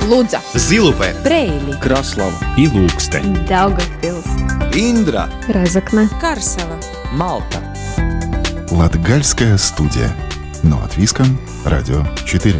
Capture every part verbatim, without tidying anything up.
Лудза, Зилупе, Брейли, Краслава и Лукстен, Даугавпилс, Индра, Разокна, Карсела, Малта. Латгальская студия. Но от Виском, Радио четыре.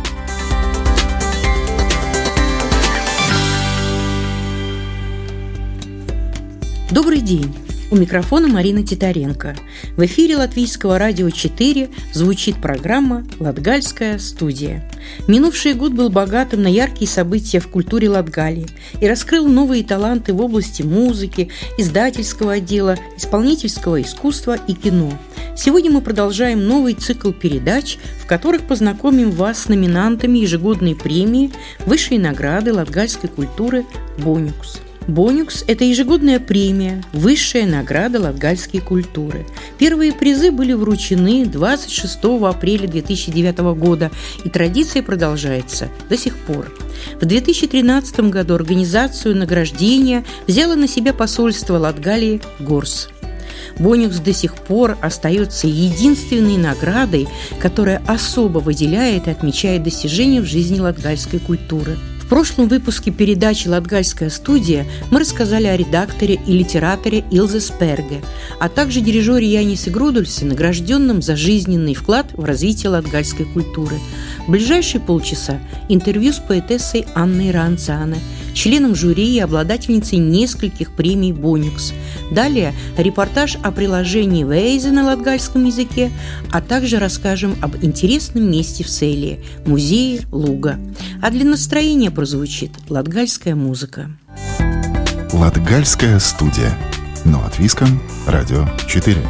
Добрый день! У микрофона Марина Титаренко. В эфире Латвийского радио четыре звучит программа «Латгальская студия». Минувший год был богатым на яркие события в культуре Латгалии и раскрыл новые таланты в области музыки, издательского отдела, исполнительского искусства и кино. Сегодня мы продолжаем новый цикл передач, в которых познакомим вас с номинантами ежегодной премии высшей награды латгальской культуры «Бонюкс». «Бонюкс» – это ежегодная премия, высшая награда латгальской культуры. Первые призы были вручены двадцать шестого апреля две тысячи девятого года, и традиция продолжается до сих пор. В две тысячи тринадцатом году организацию награждения взяло на себя посольство Латгалии «Горс». «Бонюкс» до сих пор остается единственной наградой, которая особо выделяет и отмечает достижения в жизни латгальской культуры. В прошлом выпуске передачи «Латгальская студия» мы рассказали о редакторе и литераторе Илзе Сперге, а также дирижере Янисе Грудульсе, награжденном за жизненный вклад в развитие латгальской культуры. В ближайшие полчаса интервью с поэтессой Анной Ранцане, членом жюри и обладательницей нескольких премий «Бонюкс». Далее репортаж о приложении Вейзе на латгальском языке, а также расскажем об интересном месте в Селии – музее Луга. А для настроения прозвучит латгальская музыка. Латгальская студия. Но от Виском, Радио четыре.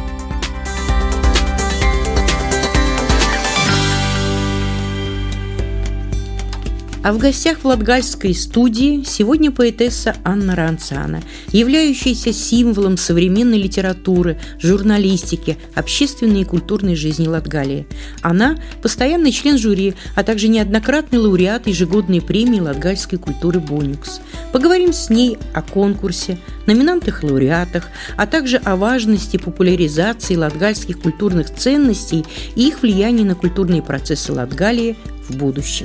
А в гостях в латгальской студии сегодня поэтесса Анна Ранцане, являющаяся символом современной литературы, журналистики, общественной и культурной жизни Латгалии. Она – постоянный член жюри, а также неоднократный лауреат ежегодной премии латгальской культуры «Бонюкс». Поговорим с ней о конкурсе, номинантах-лауреатах, а также о важности популяризации латгальских культурных ценностей и их влиянии на культурные процессы Латгалии в будущем.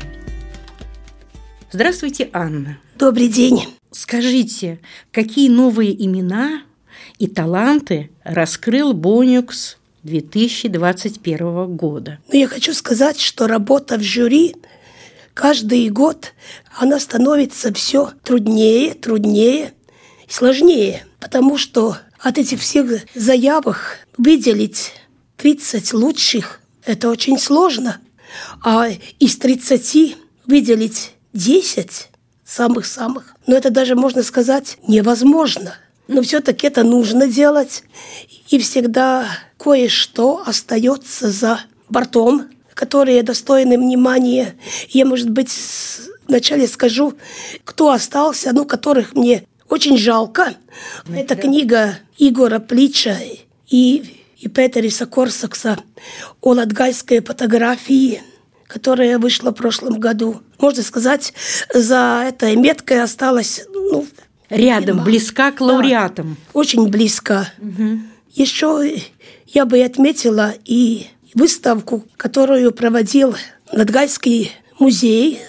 Здравствуйте, Анна. Добрый день. Скажите, какие новые имена и таланты раскрыл «Бонюкс» две тысячи двадцать первого года? Ну, я хочу сказать, что работа в жюри каждый год, она становится все труднее, труднее и сложнее, потому что от этих всех заявок выделить тридцать лучших – это очень сложно, а из тридцати выделить десять самых-самых. Но это даже, можно сказать, невозможно. Но все-таки это нужно делать. И всегда кое-что остается за бортом, которые достойны внимания. Я, может быть, вначале скажу, кто остался, ну, которых мне очень жалко. Ну, это да. Книга Игора Плича и, и Петериса Корсакса о латгальской фотографии, которая вышла в прошлом году. Можно сказать, за этой меткой осталась... Ну, рядом, близка к лауреатам. Да, очень близко. Угу. Еще я бы отметила и выставку, которую проводил Латгальский музей.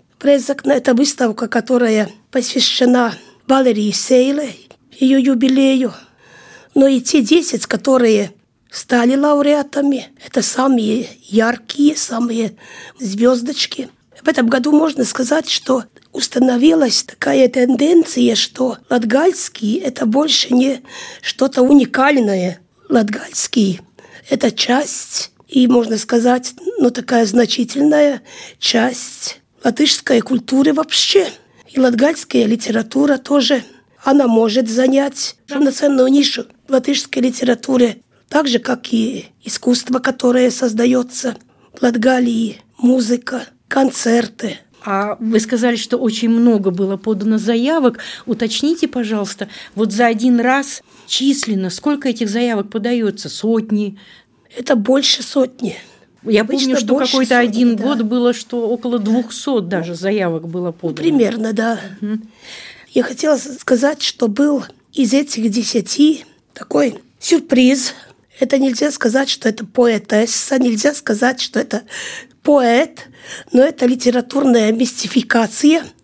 Это выставка, которая посвящена Валерии Сейле, ее юбилею. Но и те десять, которые стали лауреатами, это самые яркие, самые звездочки. В этом году можно сказать, что установилась такая тенденция, что латгальский – это больше не что-то уникальное. Латгальский – это часть, и, можно сказать, ну, такая значительная часть латышской культуры вообще. И латгальская литература тоже, она может занять равноценную нишу в латышской литературе, так же, как и искусство, которое создается в Латгалии, музыка, концерты. А вы сказали, что очень много было подано заявок. Уточните, пожалуйста, вот за один раз численно сколько этих заявок подается? Сотни? Это больше сотни. Я Обычно помню, что какой-то сотни, один да. год было, что около двухсот даже заявок было подано. Примерно, да. Угу. Я хотела сказать, что был из этих десяти такой сюрприз. Это нельзя сказать, что это поэтесса, нельзя сказать, что это поэт, но это литературная мистификация.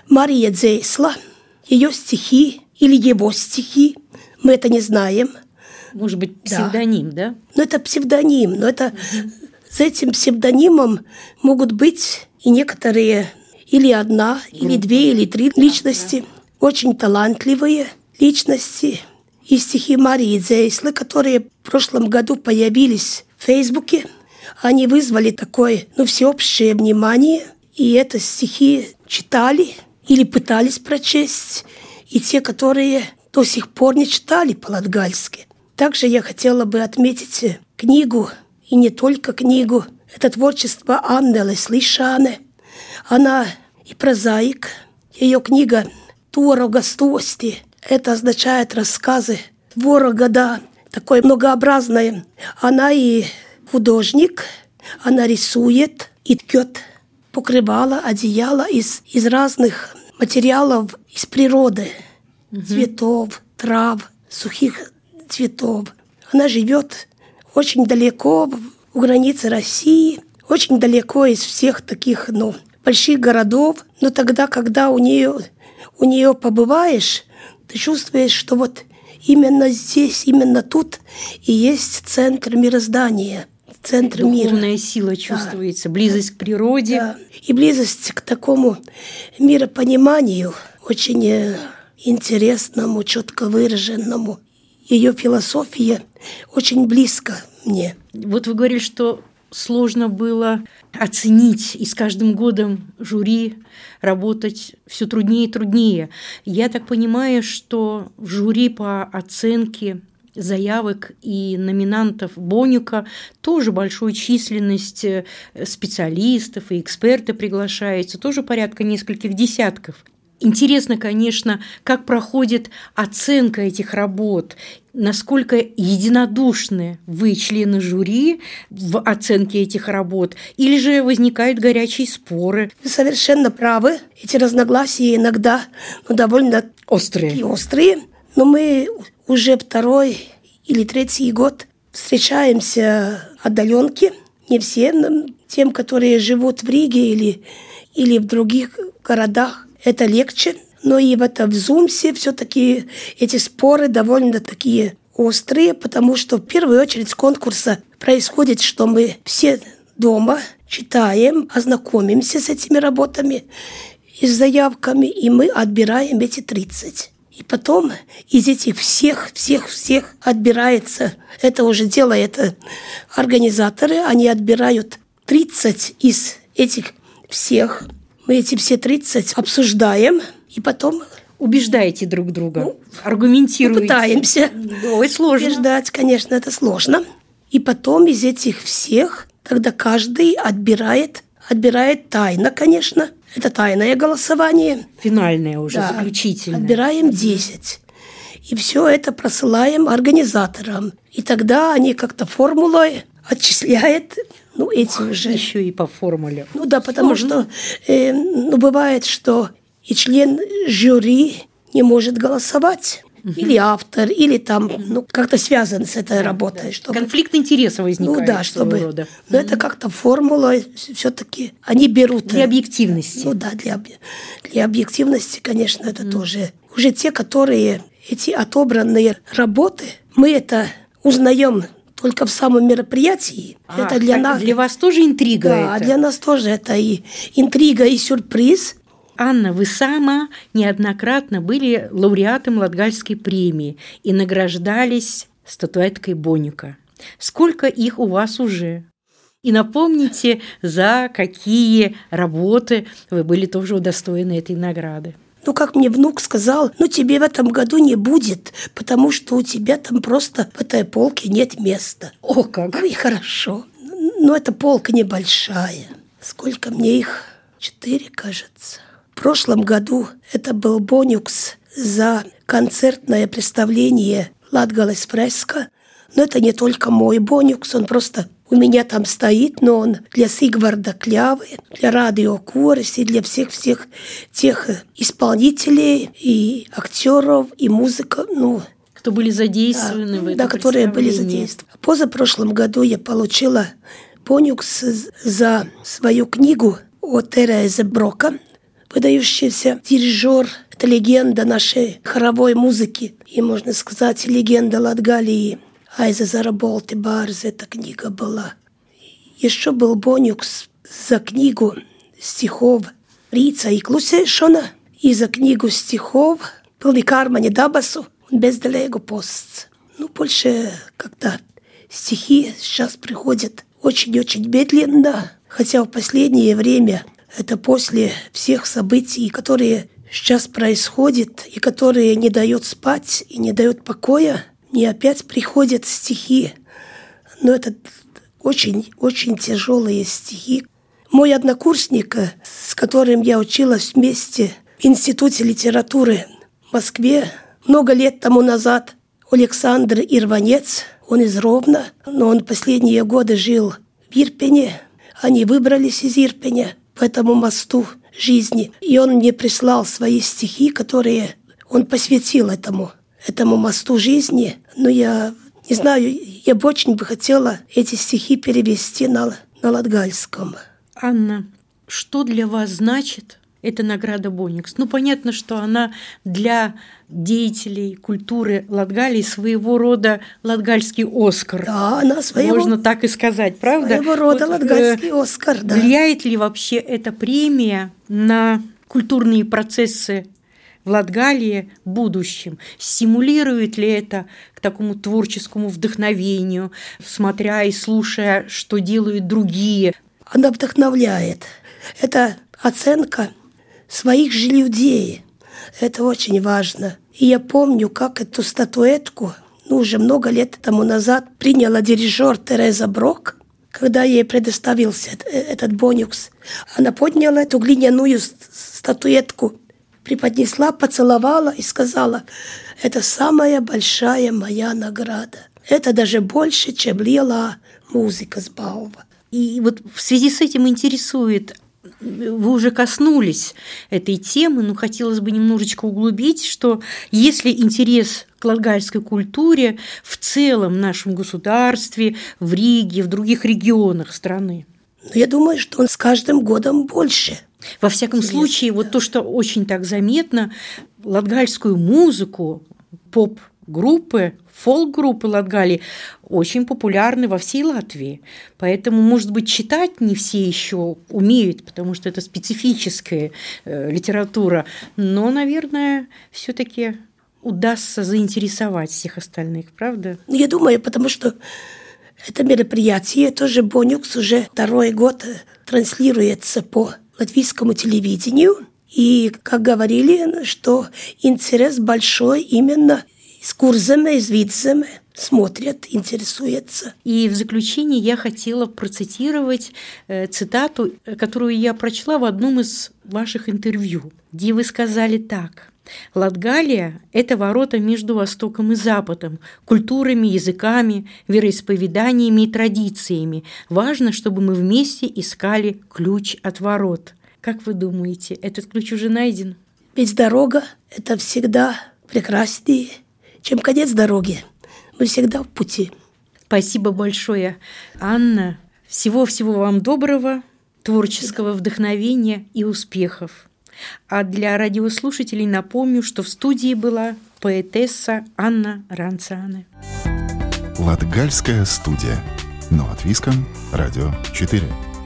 Мария Дзейсла, ее стихи или его стихи, мы это не знаем. Может быть, псевдоним, да? да? Ну, это псевдоним, но это угу. За этим псевдонимом могут быть и некоторые, или одна, Группа. или две, или три личности, да. Очень талантливые личности. И стихи Марии Дзейслы, которые в прошлом году появились в Фейсбуке, они вызвали такое, ну, всеобщее внимание, и это стихи читали или пытались прочесть, и те, которые до сих пор не читали по-латгальски. Также я хотела бы отметить книгу, и не только книгу, это творчество Анны Лислишаны. Она и прозаик, ее книга «Творога стости». Это означает рассказы творога, да, такое многообразное. Она и художник, она рисует и ткет покрывала, одеяло из, из разных материалов, из природы, угу. Цветов, трав, сухих цветов. Она живет очень далеко, у границы России, очень далеко из всех таких, ну, больших городов. Но тогда, когда у нее, у нее побываешь, ты чувствуешь, что вот именно здесь, именно тут и есть центр мироздания, центр Духовная мира. Духовная сила чувствуется, да. Близость к природе. Да. И близость к такому миропониманию, очень интересному, четко выраженному. Ее философия очень близко мне. Вот вы говорили, что сложно было оценить, и с каждым годом жюри работать все труднее и труднее. Я так понимаю, что в жюри по оценке заявок и номинантов Бонюка тоже большую численность специалистов и эксперты приглашается, тоже порядка нескольких десятков. Интересно, конечно, как проходит оценка этих работ, насколько единодушны вы, члены жюри, в оценке этих работ, или же возникают горячие споры? Вы совершенно правы. Эти разногласия иногда ну, довольно острые. острые, но мы уже второй или третий год встречаемся отдаленки, не всем, тем, которые живут в Риге или, или в других городах. Это легче, но и в этом в Зумсе все-таки эти споры довольно такие острые, потому что в первую очередь с конкурса происходит, что мы все дома читаем, ознакомимся с этими работами и с заявками, и мы отбираем эти тридцать. И потом из этих всех, всех, всех отбирается, это уже делают организаторы, они отбирают тридцать из этих всех. Мы эти все тридцать обсуждаем, и потом... Убеждаете друг друга, ну, аргументируете. Пытаемся. Ой, сложно. Убеждать, конечно, это сложно. И потом из этих всех, тогда каждый отбирает, отбирает тайно, конечно. Это тайное голосование. Финальное уже, да, заключительное. Отбираем десять. И все это просылаем организаторам. И тогда они как-то формулой отчисляют... Ну, эти уже... Еще и по формуле. Ну да, потому Сложно. что э, ну, бывает, что и член жюри не может голосовать. Угу. Или автор, или там, угу. ну, как-то связан с этой да, работой. Да. Чтобы... Конфликт интереса возникает. Ну да, чтобы... Рода. Но угу. это как-то формула все-таки они берут... Для объективности. Ну да, для, для объективности, конечно, это угу. тоже. Уже те, которые, эти отобранные работы, мы это узнаем только в самом мероприятии. А, это для нас. Для вас тоже интрига. Да, это? для нас тоже это и интрига, и сюрприз. Анна, вы сама неоднократно были лауреатом Латгальской премии и награждались статуэткой Бонюка. Сколько их у вас уже? И напомните, за какие работы вы были тоже удостоены этой награды. Ну, как мне внук сказал, ну, тебе в этом году не будет, потому что у тебя там просто в этой полке нет места. О, как! Ну, и хорошо. Но эта полка небольшая. Сколько мне их? Четыре, кажется. В прошлом году это был Бонюкс за концертное представление Латгалес Фреска. Но это не только мой Бонюкс, он просто... У меня там стоит, но он для Сигварда Клявы, для Радио Курс и для всех-всех тех исполнителей и актеров, и музыка, ну... Кто были задействованы да, в этом да, которые были задействованы. Позапрошлом году я получила Бонюкс за свою книгу о Терезе Брока выдающийся дирижер. Это легенда нашей хоровой музыки. И, можно сказать, легенда Латгалии. «Айзе заработай, барз» эта книга была. Еще был Боникс за книгу стихов Рица и Клусешона. И за книгу стихов «Пылни кармане дабасу» безделего пост. Ну, больше как-то стихи сейчас приходят очень-очень медленно, хотя в последнее время это после всех событий, которые сейчас происходят и которые не дают спать и не дают покоя, мне опять приходят стихи. Но это очень-очень тяжелые стихи. Мой однокурсник, с которым я училась вместе в Институте литературы в Москве много лет тому назад, Александр Ирванец, он из Ровно, но он последние годы жил в Ирпене. Они выбрались из Ирпеня по этому мосту жизни. И он мне прислал свои стихи, которые он посвятил этому, этому мосту жизни. Но я не знаю, я бы очень бы хотела эти стихи перевести на, на латгальском. Анна, что для вас значит эта награда Боникс? Ну, понятно, что она для деятелей культуры Латгалии своего рода латгальский Оскар. Да, она своего... Можно так и сказать, правда? Своего рода вот, латгальский э, Оскар, да. Влияет ли вообще эта премия на культурные процессы в Латгалии в будущем? Стимулирует ли это к такому творческому вдохновению, смотря и слушая, что делают другие? Она вдохновляет. Это оценка своих же людей. Это очень важно. И я помню, как эту статуэтку, ну, уже много лет тому назад приняла дирижер Тереза Брок, когда ей предоставился этот Боникс. Она подняла эту глиняную статуэтку, преподнесла, поцеловала и сказала: «Это самая большая моя награда. Это даже больше, чем лила музыка с Баува». И вот в связи с этим интересует, вы уже коснулись этой темы, но хотелось бы немножечко углубить, что если интерес к латгальской культуре в целом в нашем государстве, в Риге, в других регионах страны? Я думаю, что он с каждым годом больше. Во всяком Интересно, случае, да. Вот то, что очень так заметно, латгальскую музыку, поп-группы, фолк-группы Латгалии очень популярны во всей Латвии. Поэтому, может быть, читать не все еще умеют, потому что это специфическая э, литература. Но, наверное, все-таки удастся заинтересовать всех остальных, правда? Я думаю, потому что это мероприятие, тоже Боникс уже второй год транслируется по латвийскому телевидению. И, как говорили, что интерес большой именно с курсами, с видзами смотрят, интересуются. И в заключение я хотела процитировать э, цитату, которую я прочла в одном из ваших интервью, где вы сказали так: «Латгалия – это ворота между Востоком и Западом, культурами, языками, вероисповеданиями и традициями. Важно, чтобы мы вместе искали ключ от ворот». Как вы думаете, этот ключ уже найден? Ведь дорога – это всегда прекраснее, чем конец дороги. Мы всегда в пути. Спасибо большое, Анна. Всего-всего вам доброго, творческого вдохновения и успехов. А для радиослушателей напомню, что в студии была поэтесса Анна Ранцане. Латгальская студия. На Латвийском радио четыре.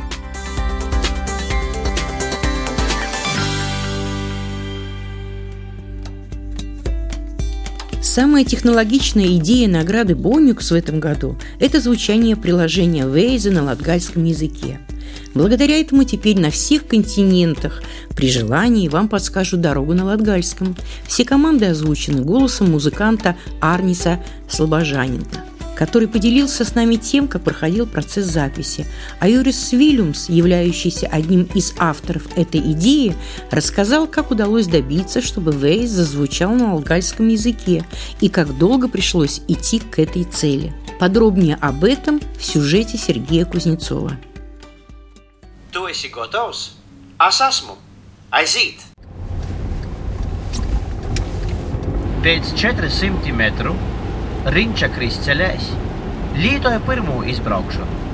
Самая технологичная идея награды Боникс в этом году – это звучание приложения Waze на латгальском языке. Благодаря этому теперь на всех континентах при желании вам подскажут дорогу на латгальском. Все команды озвучены голосом музыканта Арниса Слобожаненко, который поделился с нами тем, как проходил процесс записи. А Юрис Вильямс, являющийся одним из авторов этой идеи, рассказал, как удалось добиться, чтобы Waze зазвучал на латгальском языке и как долго пришлось идти к этой цели. Подробнее об этом в сюжете Сергея Кузнецова. Tu esi gatavs? Es esmu. Aiziet! Pēc četrsimt metru Riņķa Kristceļēs lietoja pirmo izbraukšanu.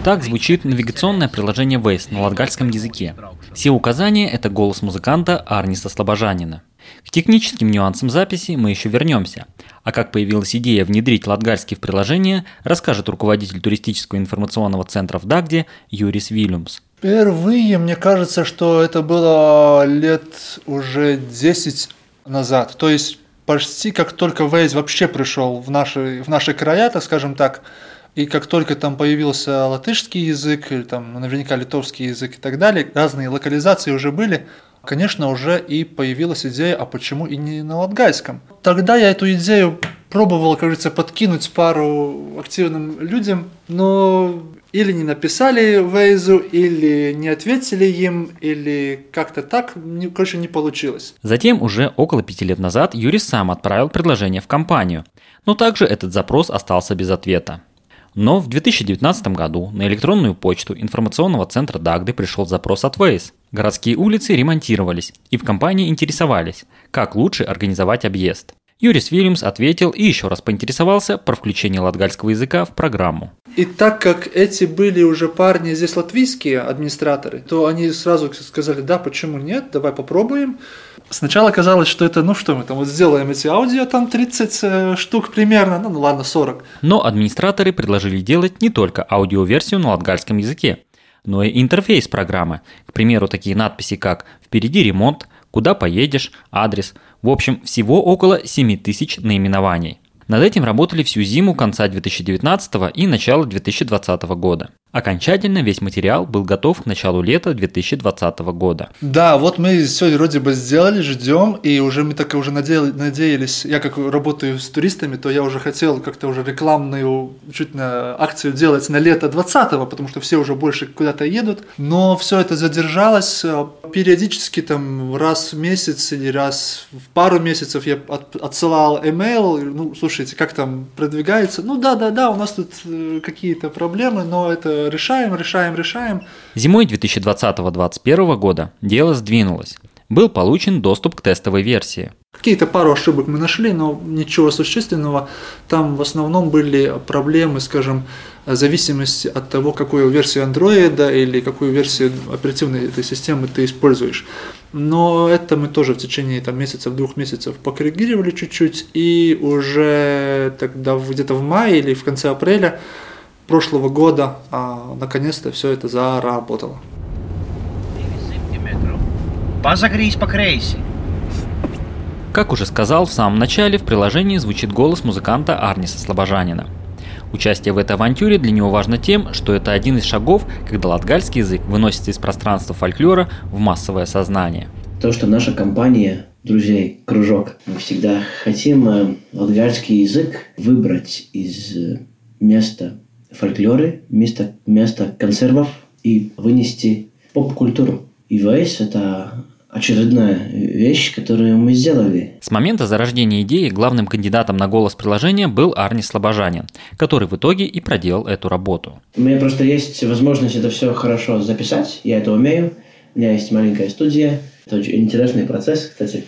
Так звучит навигационное приложение Waze на латгальском языке. Все указания – это голос музыканта Арниса Слобожанина. К техническим нюансам записи мы еще вернемся. А как появилась идея внедрить латгальский в приложение, расскажет руководитель туристического информационного центра в Дагде Юрис Вильямс. Впервые, мне кажется, что это было лет уже десять назад. То есть почти как только Waze вообще пришел в наши, в наши края, так скажем так, и как только там появился латышский язык, или там наверняка литовский язык и так далее, разные локализации уже были, конечно, уже и появилась идея, а почему и не на латгальском. Тогда я эту идею пробовал, как говорится, подкинуть пару активным людям, но или не написали Waze, или не ответили им, или как-то так, короче, не получилось. Затем уже около пяти лет назад Юрий сам отправил предложение в компанию, но также этот запрос остался без ответа. Но в две тысячи девятнадцатом году на электронную почту информационного центра Дагды пришел запрос от Waze. Городские улицы ремонтировались, и в компании интересовались, как лучше организовать объезд. Юрис Вильямс ответил и еще раз поинтересовался про включение латгальского языка в программу. И так как эти были уже парни здесь латвийские администраторы, то они сразу сказали, да, почему нет, давай попробуем. Сначала казалось, что это, ну что мы там вот сделаем эти аудио, там тридцать э, штук примерно, ну, ну ладно, сорок. Но администраторы предложили делать не только аудиоверсию на латгальском языке, но и интерфейс программы. К примеру, такие надписи, как «Впереди ремонт», «Куда поедешь», «Адрес». В общем, всего около семь тысяч наименований. Над этим работали всю зиму конца две тысячи девятнадцатого и начала две тысячи двадцатого года. Окончательно весь материал был готов к началу лета две тысячи двадцатого года. Да, вот мы все вроде бы сделали, ждем, и уже мы так уже надеялись, я как работаю с туристами, то я уже хотел как-то уже рекламную чуть на акцию делать на лето двадцатого, потому что все уже больше куда-то едут, но все это задержалось, периодически там раз в месяц или раз в пару месяцев я от, отсылал имейл, ну, слушайте, как там продвигается, ну да-да-да, у нас тут какие-то проблемы, но это решаем, решаем, решаем. Зимой две тысячи двадцатого — две тысячи двадцать первого года дело сдвинулось. Был получен доступ к тестовой версии. Какие-то пару ошибок мы нашли, но ничего существенного. Там в основном были проблемы, скажем, зависимости от того, какую версию Android или какую версию оперативной этой системы ты используешь. Но это мы тоже в течение там, месяцев, двух месяцев покоррегировали чуть-чуть, и уже тогда где-то в мае или в конце апреля прошлого года а, наконец-то все это заработало. Пазагрись по крейси. Как уже сказал в самом начале, в приложении звучит голос музыканта Арниса Слобожанина. Участие в этой авантюре для него важно тем, что это один из шагов, когда латгальский язык выносится из пространства фольклора в массовое сознание. То, что наша компания друзей, кружок, мы всегда хотим латгальский язык выбрать из места фольклоры, место, место консервов и вынести поп-культуру. И Waze – это очередная вещь, которую мы сделали. С момента зарождения идеи главным кандидатом на голос приложения был Арнис Слобожанин, который в итоге и проделал эту работу. У меня просто есть возможность это все хорошо записать, я это умею. У меня есть маленькая студия. Это очень интересный процесс, кстати.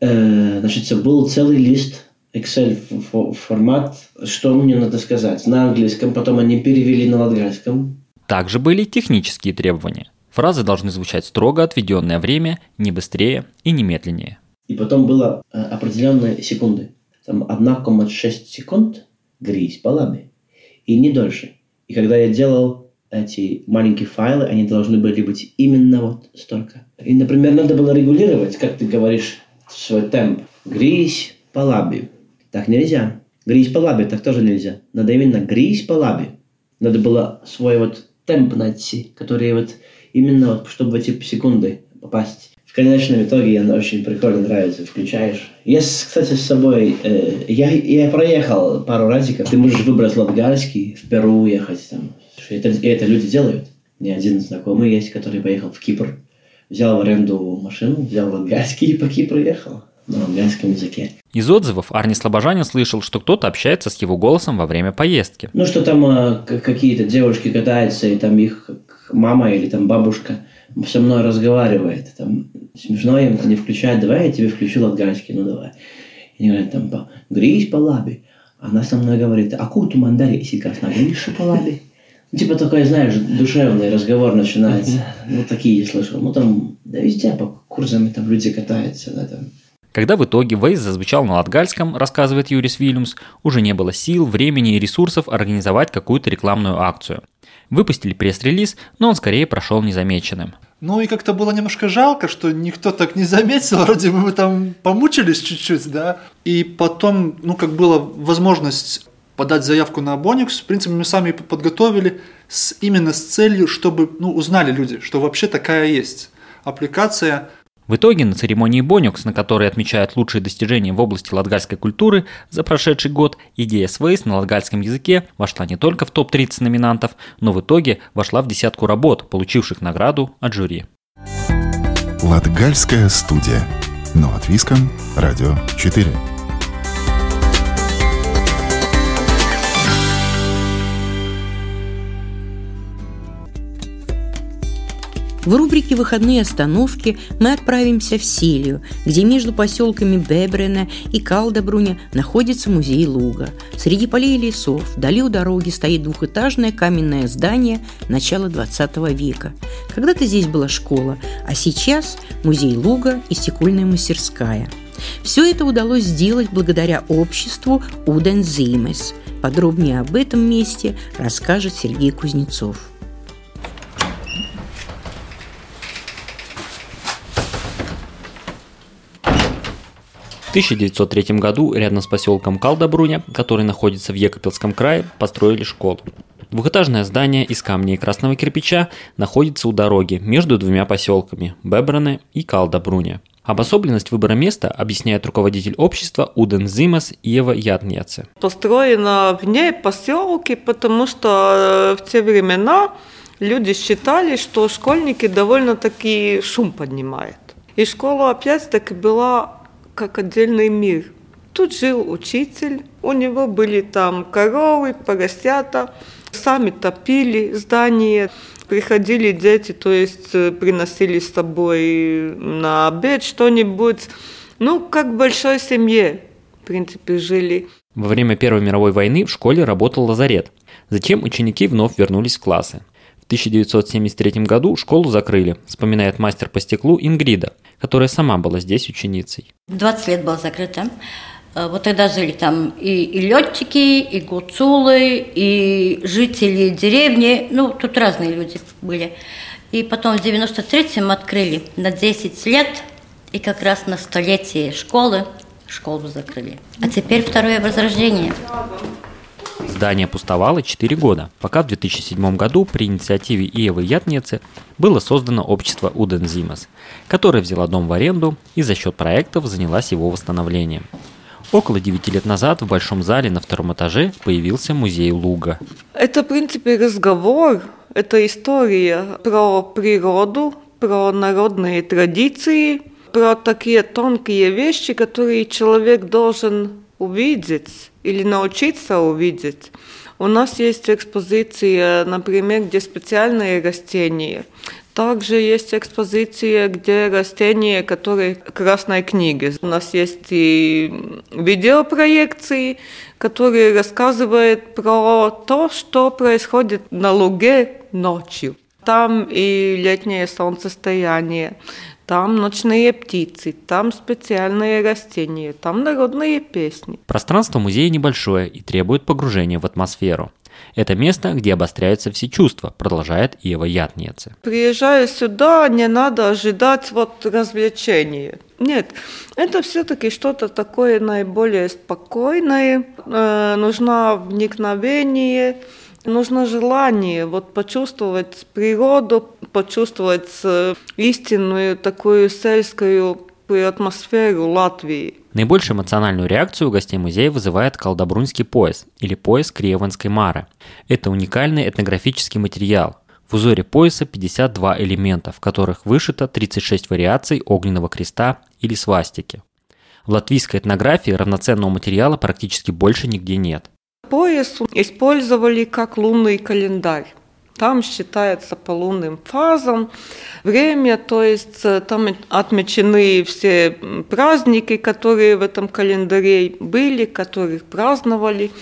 Э, значит, был целый лист Excel формат, что мне надо сказать на английском, потом они перевели на латгальском. Также были технические требования. Фразы должны звучать строго отведенное время, не быстрее и не медленнее. И потом было э, определенные секунды. Там одна целая шесть секунд грись по лабе. И не дольше. И когда я делал эти маленькие файлы, они должны были быть именно вот столько. И, например, надо было регулировать, как ты говоришь, свой темп. Грись по лабе. Так нельзя. Грись по лабе, так тоже нельзя. Надо именно грись по лабе. Надо было свой вот темп найти, который вот именно вот, чтобы в эти секунды попасть. В конечном итоге она очень прикольно нравится. Включаешь. Я, кстати, с собой... Э, я, я проехал пару разиков. Ты можешь выбрать латгальский, в Перу ехать. Там. Это, и это люди делают. У меня один знакомый есть, который поехал в Кипр. Взял в аренду машину, взял латгальский и по Кипру ехал. На латгальском языке. Из отзывов Арнис Слобожанин слышал, что кто-то общается с его голосом во время поездки. Ну, что там а, какие-то девушки катаются, и там их мама или там бабушка со мной разговаривает. Там смешно им, они включают, давай я тебе включу латгальский, ну давай. И они говорят, там, грись по лабе. Она со мной говорит, а ку ту мандари сейчас нагришь по лабе. Типа такой, знаешь, душевный разговор начинается. Ну, такие я слышал. Ну, там, да везде по курсам там люди катаются, да, там. Когда в итоге Waze зазвучал на латгальском, рассказывает Юрис Вильямс, уже не было сил, времени и ресурсов организовать какую-то рекламную акцию. Выпустили пресс-релиз, но он скорее прошел незамеченным. Ну и как-то было немножко жалко, что никто так не заметил, вроде бы мы там помучились чуть-чуть, да. И потом, ну как была возможность подать заявку на Боникс, в принципе, мы сами подготовили с, именно с целью, чтобы ну, узнали люди, что вообще такая есть аппликация. В итоге на церемонии Боникс, на которой отмечают лучшие достижения в области латгальской культуры за прошедший год, идея с Waze на латгальском языке вошла не только в топ тридцать номинантов, но в итоге вошла в десятку работ, получивших награду от жюри. Латгальская студия. Но от Виском. Радио четыре. В рубрике «Выходные остановки» мы отправимся в Селию, где между поселками Бебрене и Калдабруня находится музей Луга. Среди полей и лесов, вдали у дороги, стоит двухэтажное каменное здание начала двадцатого века. Когда-то здесь была школа, а сейчас музей Луга и стекольная мастерская. Все это удалось сделать благодаря обществу Уден Зимес. Подробнее об этом месте расскажет Сергей Кузнецов. В тысяча девятьсот третьем году рядом с поселком Калдабруня, который находится в Екапельском крае, построили школу. Двухэтажное здание из камня и красного кирпича находится у дороги между двумя поселками – Бебрене и Калдабруня. Обособленность выбора места объясняет руководитель общества Уден Зимес Ева Ятнеце. Построено в ней поселки, потому что в те времена люди считали, что школьники довольно-таки шум поднимают. И школа опять-таки была как отдельный мир. Тут жил учитель, у него были там коровы, поросята, сами топили здание, приходили дети, то есть приносили с собой на обед что-нибудь. Ну, как в большой семье, в принципе, жили. Во время Первой мировой войны в школе работал лазарет. Затем ученики вновь вернулись в классы. В тысяча девятьсот семьдесят третьем году школу закрыли, вспоминает мастер по стеклу Ингрида, которая сама была здесь ученицей. двадцать лет была закрыта. Вот тогда жили там и, и летчики, и гуцулы, и жители деревни. Ну, тут разные люди были. И потом в девяносто третьем открыли на десять лет, и как раз на столетие школы школу закрыли. А теперь второе возрождение. Здание пустовало четыре года, пока в две тысячи седьмом году при инициативе Иевы Ятнеце было создано общество Уден Зимес, которое взяло дом в аренду и за счет проектов занялась его восстановлением. Около девяти лет назад в большом зале на втором этаже появился музей Луга. Это, в принципе, разговор, это история про природу, про народные традиции, про такие тонкие вещи, которые человек должен увидеть или научиться увидеть. У нас есть экспозиция, например, где специальные растения. Также есть экспозиция, где растения, которые красной книги. У нас есть и видеопроекции, которые рассказывают про то, что происходит на луге ночью. Там и летнее солнцестояние, там ночные птицы, там специальные растения, там народные песни. Пространство музея небольшое и требует погружения в атмосферу. Это место, где обостряются все чувства, продолжает Иева Ятнеце. Приезжая сюда, не надо ожидать вот развлечения. Нет, это все-таки что-то такое наиболее спокойное, э, нужно вникновение, нужно желание вот почувствовать природу, почувствовать истинную такую сельскую атмосферу Латвии. Наибольшую эмоциональную реакцию у гостей музея вызывает Калдабрунский пояс или пояс Криевенской Мары. Это уникальный этнографический материал. В узоре пояса пятьдесят два элемента, в которых вышито тридцать шесть вариаций огненного креста или свастики. В латвийской этнографии равноценного материала практически больше нигде нет. Пояс использовали как лунный календарь. Там считается по лунным фазам время, то есть там отмечены все праздники, которые в этом календаре были, которых праздновали.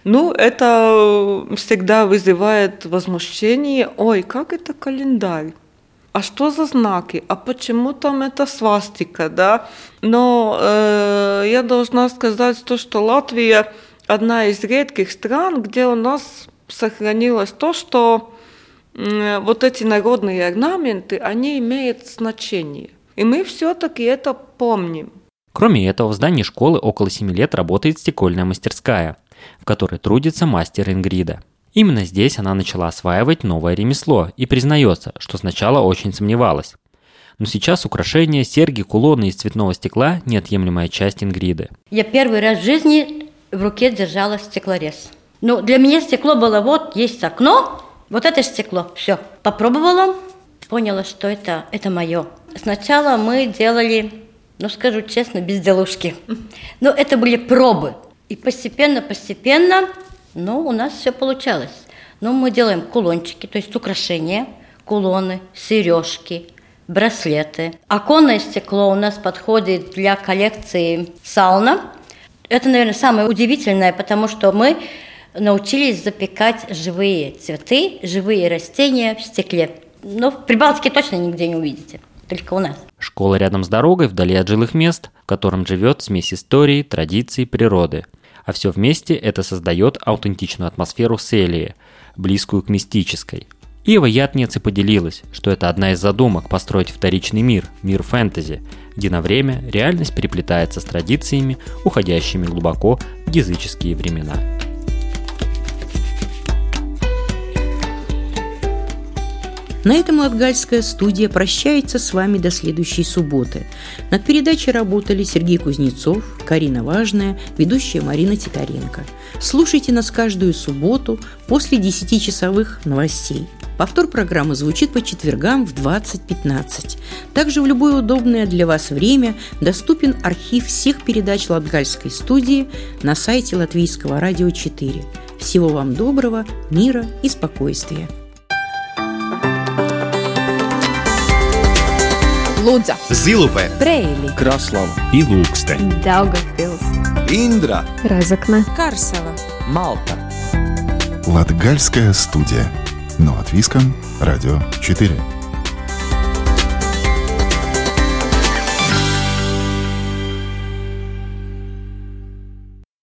Ну, это всегда вызывает возмущение. Ой, как это календарь? А что за знаки? А почему там это свастика, да? Но э, я должна сказать то, что Латвия одна из редких стран, где у нас сохранилось то, что э, вот эти народные орнаменты, они имеют значение. И мы все-таки это помним. Кроме этого, в здании школы около семи лет работает стекольная мастерская, в которой трудится мастер Ингрида. Именно здесь она начала осваивать новое ремесло и признается, что сначала очень сомневалась. Но сейчас украшения, серьги, кулоны из цветного стекла – неотъемлемая часть Ингриды. Я первый раз в жизни в руке держала стеклорез. Ну, для меня стекло было вот, есть окно, вот это стекло, все. Попробовала, поняла, что это, это мое. Сначала мы делали, ну, скажу честно, безделушки. Но это были пробы. И постепенно-постепенно, ну, у нас все получалось. Ну, мы делаем кулончики, то есть украшения, кулоны, сережки, браслеты. Оконное стекло у нас подходит для коллекции сауна. Это, наверное, самое удивительное, потому что мы научились запекать живые цветы, живые растения в стекле. Но в Прибалтике точно нигде не увидите, только у нас. Школа рядом с дорогой, вдали от жилых мест, в котором живет смесь истории, традиций, природы. А все вместе это создает аутентичную атмосферу селии, близкую к мистической. Ива Ятнец и поделилась, что это одна из задумок построить вторичный мир, мир фэнтези, где на время реальность переплетается с традициями, уходящими глубоко в языческие времена. На этом Латгальская студия прощается с вами до следующей субботы. Над передачей работали Сергей Кузнецов, Карина Важная, ведущая Марина Титаренко. Слушайте нас каждую субботу после десятичасовых новостей. Повтор программы звучит по четвергам в двадцать пятнадцать. Также в любое удобное для вас время доступен архив всех передач Латгальской студии на сайте Латвийского радио четыре. Всего вам доброго, мира и спокойствия. Лудза, Зилупе, Брейли, Краслава и Лукстен, Daugavpils, Индра, Разокна, Карсела, Малта. Латгальская студия. На Латвийском радио четыре.